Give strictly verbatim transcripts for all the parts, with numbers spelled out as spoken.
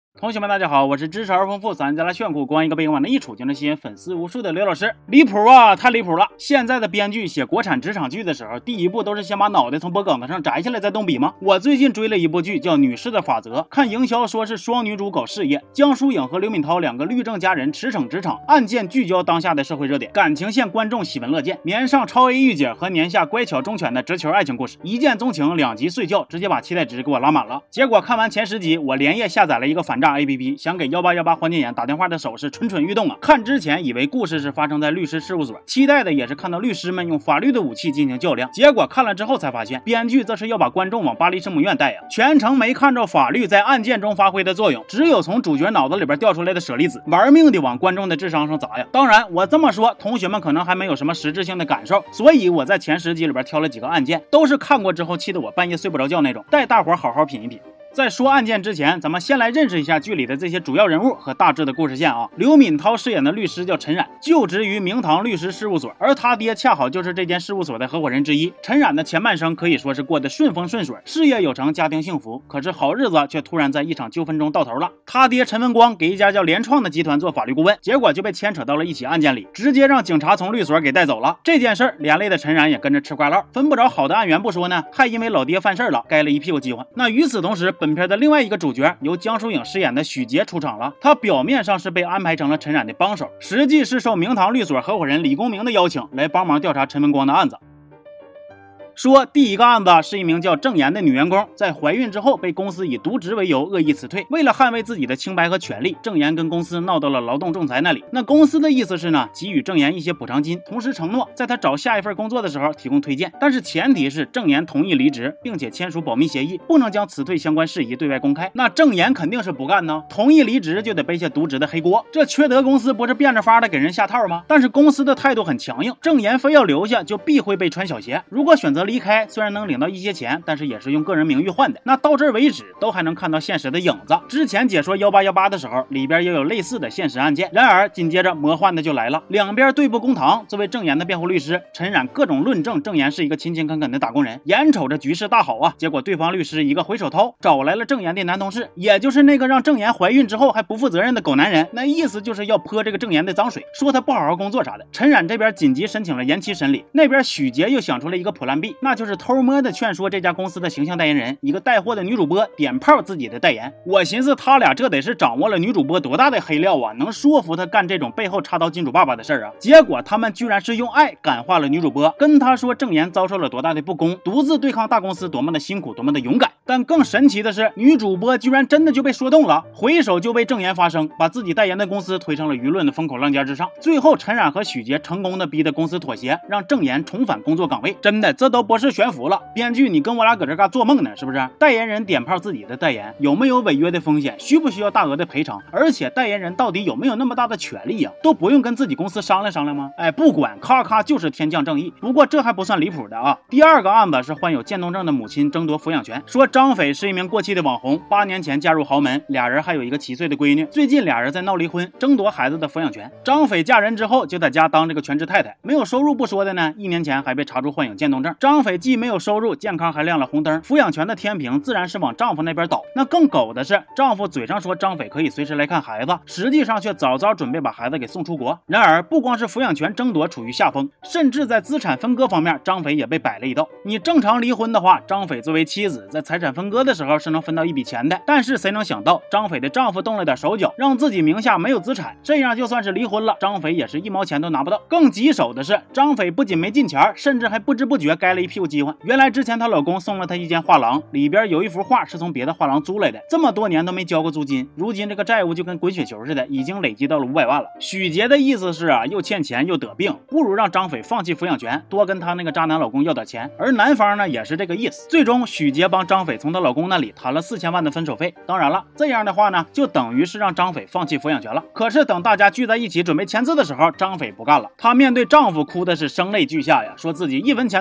同学们，大家好，我是知识而丰富、散家来炫酷、光一个背影往那一杵就能吸引粉丝无数的刘老师。离谱啊，太离谱了！现在的编剧写国产职场剧的时候，第一步都是先把脑袋从脖梗子上摘下来再动笔吗？我最近追了一部剧叫《女士的法则》，看营销说是双女主搞事业，江疏影和刘敏涛两个律政佳人驰骋职场，案件聚焦当下的社会热点，感情线观众喜闻乐见，年上超 A 御姐和年下乖巧忠犬的直球爱情故事，一见钟情，两集睡觉直接把期待值给我拉满了。结果看完前十集，我连夜下载了一个反诈 A P P， 想给一八一八黄金眼打电话的手是蠢蠢欲动啊！看之前以为故事是发生在律师事务所，期待的也是看到律师们用法律的武器进行较量，结果看了之后才发现，编剧这是要把观众往巴黎圣母院带呀！全程没看着法律在案件中发挥的作用，只有从主角脑子里边掉出来的舍利子，玩命的往观众的智商上砸呀！当然，我这么说，同学们可能还没有什么实质性的感受，所以我在前十集里边挑了几个案件，都是看过之后气得我半夜睡不着觉那种，带大伙好好品一品。在说案件之前，咱们先来认识一下剧里的这些主要人物和大致的故事线啊。刘敏涛饰演的律师叫陈冉，就职于明堂律师事务所，而他爹恰好就是这间事务所的合伙人之一。陈冉的前半生可以说是过得顺风顺水，事业有成，家庭幸福。可是好日子却突然在一场纠纷中到头了。他爹陈文光给一家叫联创的集团做法律顾问，结果就被牵扯到了一起案件里，直接让警察从律所给带走了。这件事儿连累的陈冉也跟着吃瓜唠，分不着好的案源不说呢，还因为老爹犯事了，该了一屁股饥荒。那与此同时，本片的另外一个主角由江疏影饰演的许杰出场了，他表面上是被安排成了陈冉的帮手，实际是受明堂律所合伙人李公明的邀请来帮忙调查陈文光的案子。说第一个案子是一名叫郑岩的女员工，在怀孕之后被公司以渎职为由恶意辞退，为了捍卫自己的清白和权利，郑岩跟公司闹到了劳动仲裁那里。那公司的意思是呢，给予郑岩一些补偿金，同时承诺在他找下一份工作的时候提供推荐，但是前提是郑岩同意离职，并且签署保密协议，不能将辞退相关事宜对外公开。那郑岩肯定是不干呢，同意离职就得背下渎职的黑锅，这缺德公司不是变着法的给人下套吗？但是公司的态度很强硬，郑岩非要留下就必会被穿小鞋，如果选择离开，虽然能领到一些钱，但是也是用个人名誉换的。那到这儿为止都还能看到现实的影子，之前解说一八一八的时候里边也有类似的现实案件。然而紧接着魔幻的就来了，两边对簿公堂，作为郑岩的辩护律师陈冉各种论证郑岩是一个勤勤恳恳的打工人，眼瞅着局势大好啊，结果对方律师一个回手掏找来了郑岩的男同事，也就是那个让郑岩怀孕之后还不负责任的狗男人，那意思就是要泼这个郑岩的脏水，说他不好好工作啥的。陈冉这边紧急申请了延期审理，那边许杰又想出了一个破烂币，那就是偷摸的劝说这家公司的形象代言人，一个带货的女主播点炮自己的代言。我寻思他俩这得是掌握了女主播多大的黑料啊，能说服他干这种背后插刀金主爸爸的事儿啊。结果他们居然是用爱感化了女主播，跟他说郑岩遭受了多大的不公，独自对抗大公司多么的辛苦，多么的勇敢。但更神奇的是，女主播居然真的就被说动了，回手就为郑岩发声，把自己代言的公司推上了舆论的风口浪尖之上。最后陈冉和许杰成功的逼得公司妥协，让郑岩重返工作岗位。真的，这都不是悬浮了，编剧你跟我俩搁这嘎做梦呢是不是？代言人点炮自己的代言有没有违约的风险，需不需要大额的赔偿，而且代言人到底有没有那么大的权利呀、啊？都不用跟自己公司商量商量吗？哎，不管，咔咔就是天降正义。不过这还不算离谱的啊，第二个案子是患有渐冻症的母亲争夺抚养权，说张斐是一名过气的网红，八年前嫁入豪门，俩人还有一个七岁的闺女，最近俩人在闹离婚，争夺孩子的抚养权。张斐嫁人之后就在家当这个全职太太，没有收入不说的呢，一年前还被查出患有渐冻症。张斐既没有收入，健康还亮了红灯，抚养权的天平自然是往丈夫那边倒。那更狗的是，丈夫嘴上说张斐可以随时来看孩子，实际上却早早准备把孩子给送出国。然而不光是抚养权争夺处于下风，甚至在资产分割方面，张斐也被摆了一道。你正常离婚的话，张斐作为妻子在财产分割的时候是能分到一笔钱的，但是谁能想到张斐的丈夫动了点手脚，让自己名下没有资产，这样就算是离婚了，张斐也是一毛钱都拿不到。更棘手的是，张斐不仅没进钱，甚至还不知不觉该了一屁股饥荒。原来之前她老公送了她一间画廊，里边有一幅画是从别的画廊租来的，这么多年都没交过租金，如今这个债务就跟滚雪球似的，已经累积到了五百万了。许杰的意思是啊，又欠钱又得病，不如让张斐放弃抚养权，多跟她那个渣男老公要点钱。而男方呢也是这个意思。最终许杰帮张斐从她老公那里谈了四千万的分手费。当然了，这样的话呢，就等于是让张斐放弃抚养权了。可是等大家聚在一起准备签字的时候，张斐不干了，她面对丈夫哭的是声泪俱下呀，说自己一分钱都不要，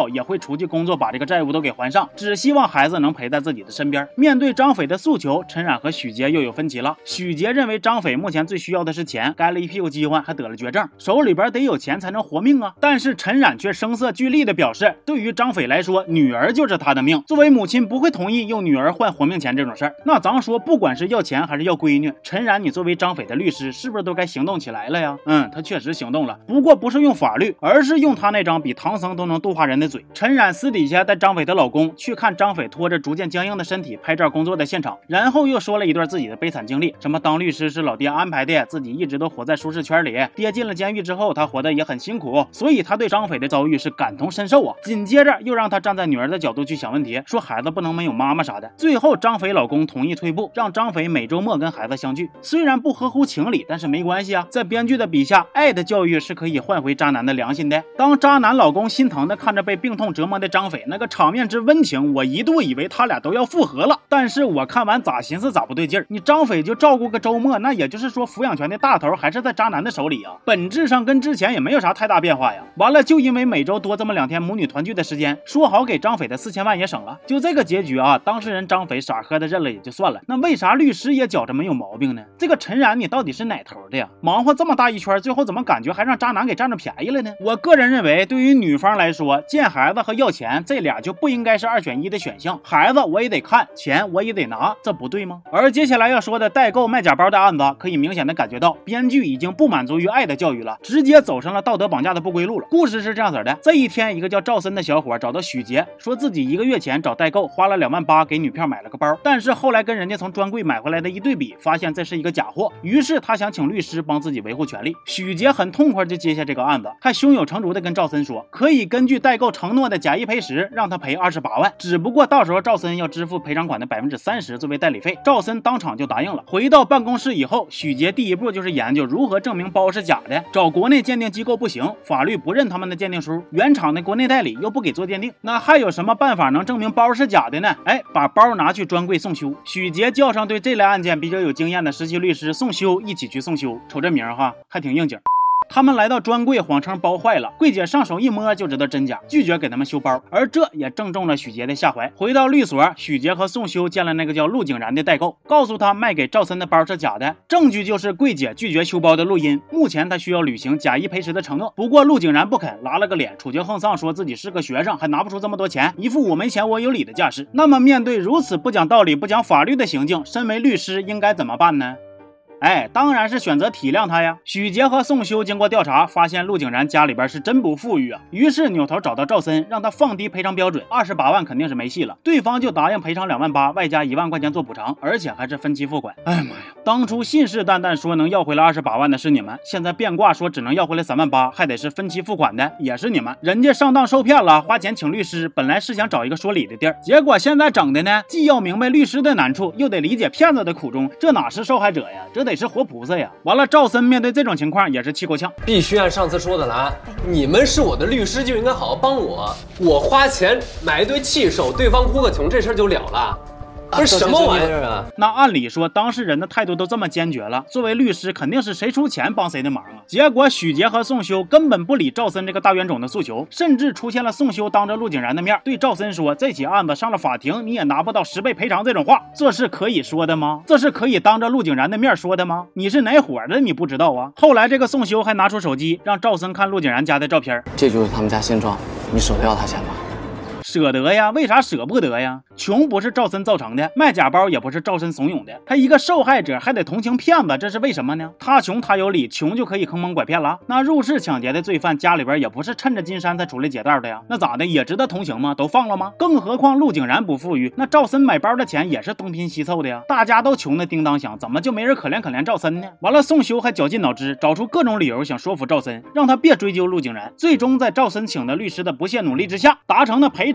后也会出去工作把这个债务都给还上，只希望孩子能陪在自己的身边。面对张斐的诉求，陈冉和许杰又有分歧了。许杰认为张斐目前最需要的是钱，该了一屁股饥荒，还得了绝症，手里边得有钱才能活命啊。但是陈冉却声色俱厉地表示，对于张斐来说，女儿就是他的命，作为母亲不会同意用女儿换活命钱这种事儿。那咱说，不管是要钱还是要闺女，陈冉你作为张斐的律师，是不是都该行动起来了呀？嗯，他确实行动了，不过不是用法律，而是用他那张比唐僧都能度化人的嘴。陈冉私底下带张斐的老公去看张斐拖着逐渐僵硬的身体拍照工作的现场，然后又说了一段自己的悲惨经历，什么当律师是老爹安排的，自己一直都活在舒适圈里，爹进了监狱之后他活得也很辛苦，所以他对张斐的遭遇是感同身受啊。紧接着又让他站在女儿的角度去想问题，说孩子不能没有妈妈啥的。最后张斐老公同意退步，让张斐每周末跟孩子相聚，虽然不合乎情理，但是没关系啊，在编剧的笔下，爱的教育是可以换回渣男的良心的。当渣男老公心疼的看着被病痛折磨的张斐，那个场面之温情，我一度以为他俩都要复合了。但是我看完咋寻思咋不对劲儿，你张斐就照顾个周末，那也就是说抚养权的大头还是在渣男的手里啊，本质上跟之前也没有啥太大变化呀。完了，就因为每周多这么两天母女团聚的时间，说好给张斐的四千万也省了，就这个结局啊，当事人张斐傻呵的认了也就算了，那为啥律师也觉着没有毛病呢？这个陈冉你到底是哪头的呀？忙活这么大一圈，最后怎么感觉还让渣男给占着便宜了呢？我个人认为，对于女方来说，见孩子和要钱这俩就不应该是二选一的选项，孩子我也得看，钱我也得拿，这不对吗？而接下来要说的代购卖假包的案子，可以明显的感觉到编剧已经不满足于爱的教育了，直接走上了道德绑架的不归路了。故事是这样子的，这一天一个叫赵森的小伙找到许杰，说自己一个月前找代购花了两万八给女票买了个包，但是后来跟人家从专柜买回来的一对比，发现这是一个假货，于是他想请律师帮自己维护权利。许杰很痛快就接下这个案子，还胸有成竹的跟赵森说，可以根据代购承诺的假一赔十，让他赔二十八万，只不过到时候赵森要支付赔偿款的百分之三十作为代理费。赵森当场就答应了。回到办公室以后，许杰第一步就是研究如何证明包是假的，找国内鉴定机构不行，法律不认他们的鉴定书，原厂的国内代理又不给做鉴定，那还有什么办法能证明包是假的呢？哎，把包拿去专柜送修。许杰叫上对这类案件比较有经验的实习律师宋修一起去送修，瞅这名哈，还挺应景。他们来到专柜，谎称包坏了，柜姐上手一摸就知道真假，拒绝给他们修包，而这也正中了许杰的下怀。回到律所，许杰和宋修见了那个叫陆景然的代购，告诉他卖给赵森的包是假的，证据就是柜姐拒绝修包的录音，目前他需要履行假一赔十的承诺。不过陆景然不肯，拉了个脸，处决横丧，说自己是个学生，还拿不出这么多钱，一副我没钱我有理的架势。那么面对如此不讲道理不讲法律的行径，身为律师应该怎么办呢？哎，当然是选择体谅他呀。许杰和宋修经过调查，发现陆景然家里边是真不富裕啊，于是扭头找到赵森，让他放低赔偿标准，二十八万肯定是没戏了。对方就答应赔偿两万八，外加一万块钱做补偿，而且还是分期付款。哎呀妈呀，当初信誓旦旦说能要回来二十八万的是你们，现在变卦说只能要回来三万八，还得是分期付款的也是你们。人家上当受骗了，花钱请律师，本来是想找一个说理的地儿，结果现在整的呢，既要明白律师的难处，又得理解骗子的苦衷，这哪是受害者呀，这得是活菩萨呀。完了，赵森面对这种情况也是气够呛， 必须按上次说的来，你们是我的律师就应该好好帮我，我花钱买一堆气手，对方哭个穷，这事儿就了了。这是什么玩意儿啊？ 那按理说当事人的态度都这么坚决了，作为律师肯定是谁出钱帮谁的忙啊。结果许杰和宋修根本不理赵森这个大冤种的诉求，甚至出现了宋修当着陆景然的面对赵森说，这起案子上了法庭你也拿不到十倍赔偿这种话，这是可以说的吗？这是可以当着陆景然的面说的吗？你是哪伙的你不知道啊？后来这个宋修还拿出手机让赵森看陆景然家的照片， 这就是他们家现状，你舍得要他钱吗？ 舍得呀，为啥舍不得呀？穷不是赵森造成的，卖假包也不是赵森怂恿的，他一个受害者还得同情骗子，这是为什么呢？他穷他有理，穷就可以坑蒙拐骗了？那入室抢劫的罪犯家里边也不是趁着金山才出来劫道的呀，那咋的也值得同情吗？都放了吗？更何况陆景然不富裕，那赵森买包的钱也是东拼西凑的呀，大家都穷的叮当响，怎么就没人可怜可怜赵森呢？完了，宋修还绞尽脑汁找出各种理由想说服赵森，让他别追究陆景然，最终在赵森请的律师的不懈努力之下，达成了赔偿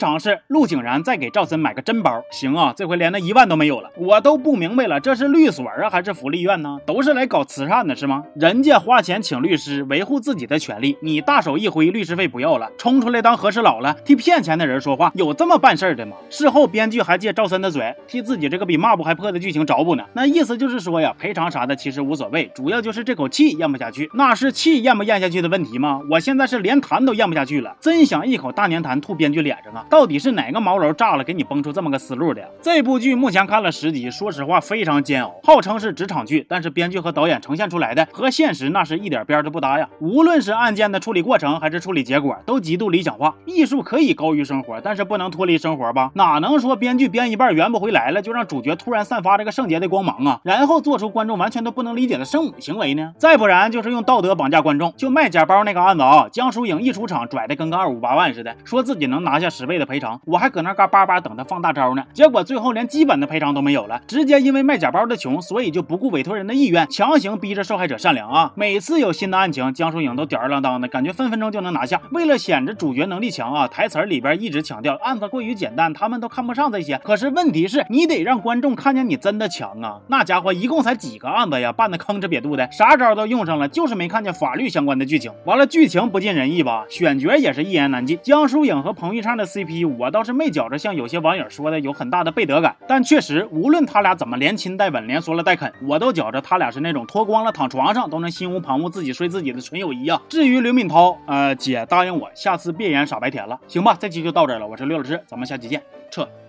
场是陆景然再给赵森买个真包，行啊，这回连那一万都没有了。我都不明白了，这是律所啊还是福利院呢？都是来搞慈善的是吗？人家花钱请律师维护自己的权利，你大手一挥，律师费不要了，冲出来当和事佬了，替骗钱的人说话，有这么办事的吗？事后编剧还借赵森的嘴，替自己这个比抹布还破的剧情找补呢。那意思就是说呀，赔偿啥的其实无所谓，主要就是这口气咽不下去。那是气咽不咽下去的问题吗？我现在是连痰都咽不下去了，真想一口大粘痰吐编剧脸上啊！到底是哪个毛楼炸了，给你崩出这么个思路的？这部剧目前看了十集，说实话非常煎熬，号称是职场剧，但是编剧和导演呈现出来的和现实那是一点边都不搭呀。无论是案件的处理过程还是处理结果，都极度理想化。艺术可以高于生活，但是不能脱离生活吧？哪能说编剧编一半圆不回来了，就让主角突然散发这个圣洁的光芒啊，然后做出观众完全都不能理解的圣母行为呢？再不然就是用道德绑架观众。就卖假包那个案子啊，江疏影一出场拽的跟个二五八万似的，说自己能拿下十倍的赔偿，我还搁那嘎巴巴等他放大招呢，结果最后连基本的赔偿都没有了，直接因为卖假包的穷，所以就不顾委托人的意愿，强行逼着受害者善良啊！每次有新的案情，江疏影都吊儿郎当的，感觉分分钟就能拿下。为了显着主角能力强啊，台词里边一直强调案子过于简单，他们都看不上这些。可是问题是，你得让观众看见你真的强啊！那家伙一共才几个案子呀，办的吭哧瘪肚的，啥招都用上了，就是没看见法律相关的剧情。完了，剧情不尽人意吧，选角也是一言难尽。江疏影和彭昱畅的 C P， 我倒是没觉着像有些网友说的有很大的背德感，但确实，无论他俩怎么连亲带吻，连说了带啃，我都觉着他俩是那种脱光了躺床上都能心无旁骛自己睡自己的纯友谊啊。至于刘敏涛，呃，姐答应我，下次别演傻白甜了，行吧？这期就到这儿了，我是刘老师，咱们下期见，撤。